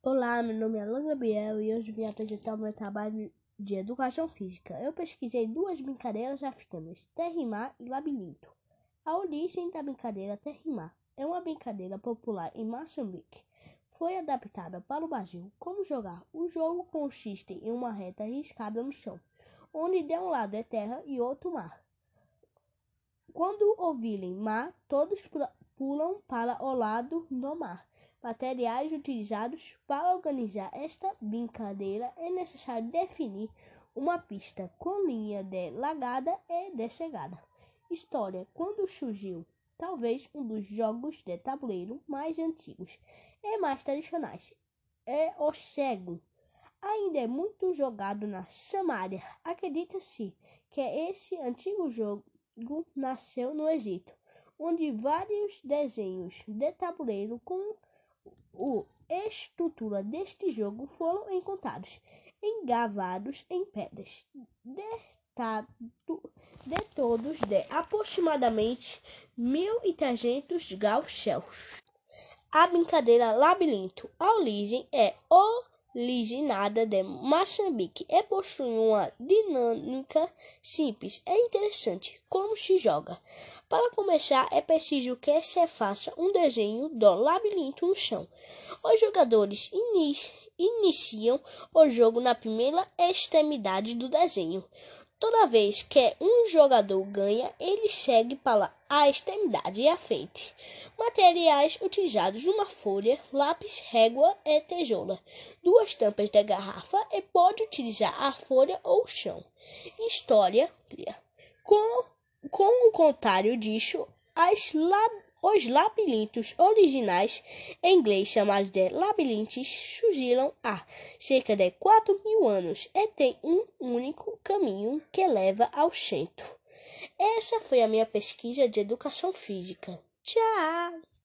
Olá, meu nome é Alan Gabriel e hoje vim apresentar o meu trabalho de educação física. Eu pesquisei duas brincadeiras africanas, terra-mar e labirinto. A origem da brincadeira terra-mar é uma brincadeira popular em Moçambique. Foi adaptada para o Brasil. Como jogar? O jogo consiste em uma reta riscada no chão, onde de um lado é terra e outro mar. Quando ouvirem mar, todos pulam para o lado do mar. Materiais utilizados para organizar esta brincadeira é necessário definir uma pista com linha de largada e de chegada. História: quando surgiu? Talvez um dos jogos de tabuleiro mais antigos e mais tradicionais. É o cego. Ainda é muito jogado na Somália. Acredita-se que esse antigo jogo nasceu no Egito, onde vários desenhos de tabuleiro com a estrutura deste jogo foram encontrados, engavados em pedras, de todos de aproximadamente 1.300 graus Celsius. A brincadeira labirinto, a origem é originada de Moçambique e possui uma dinâmica simples e interessante. Como se joga? Para começar, é preciso que se faça um desenho do labirinto no chão. Os jogadores iniciam o jogo na primeira extremidade do desenho. Toda vez que um jogador ganha, ele segue para a extremidade à frente. Materiais utilizados: uma folha, lápis, régua e tesoura, duas tampas de garrafa e pode utilizar a folha ou o chão. História: com o contrário disso, os labirintos originais, em inglês chamados de labirintos, surgiram há cerca de 4.000 anos e têm um único caminho que leva ao centro. Essa foi a minha pesquisa de educação física. Tchau!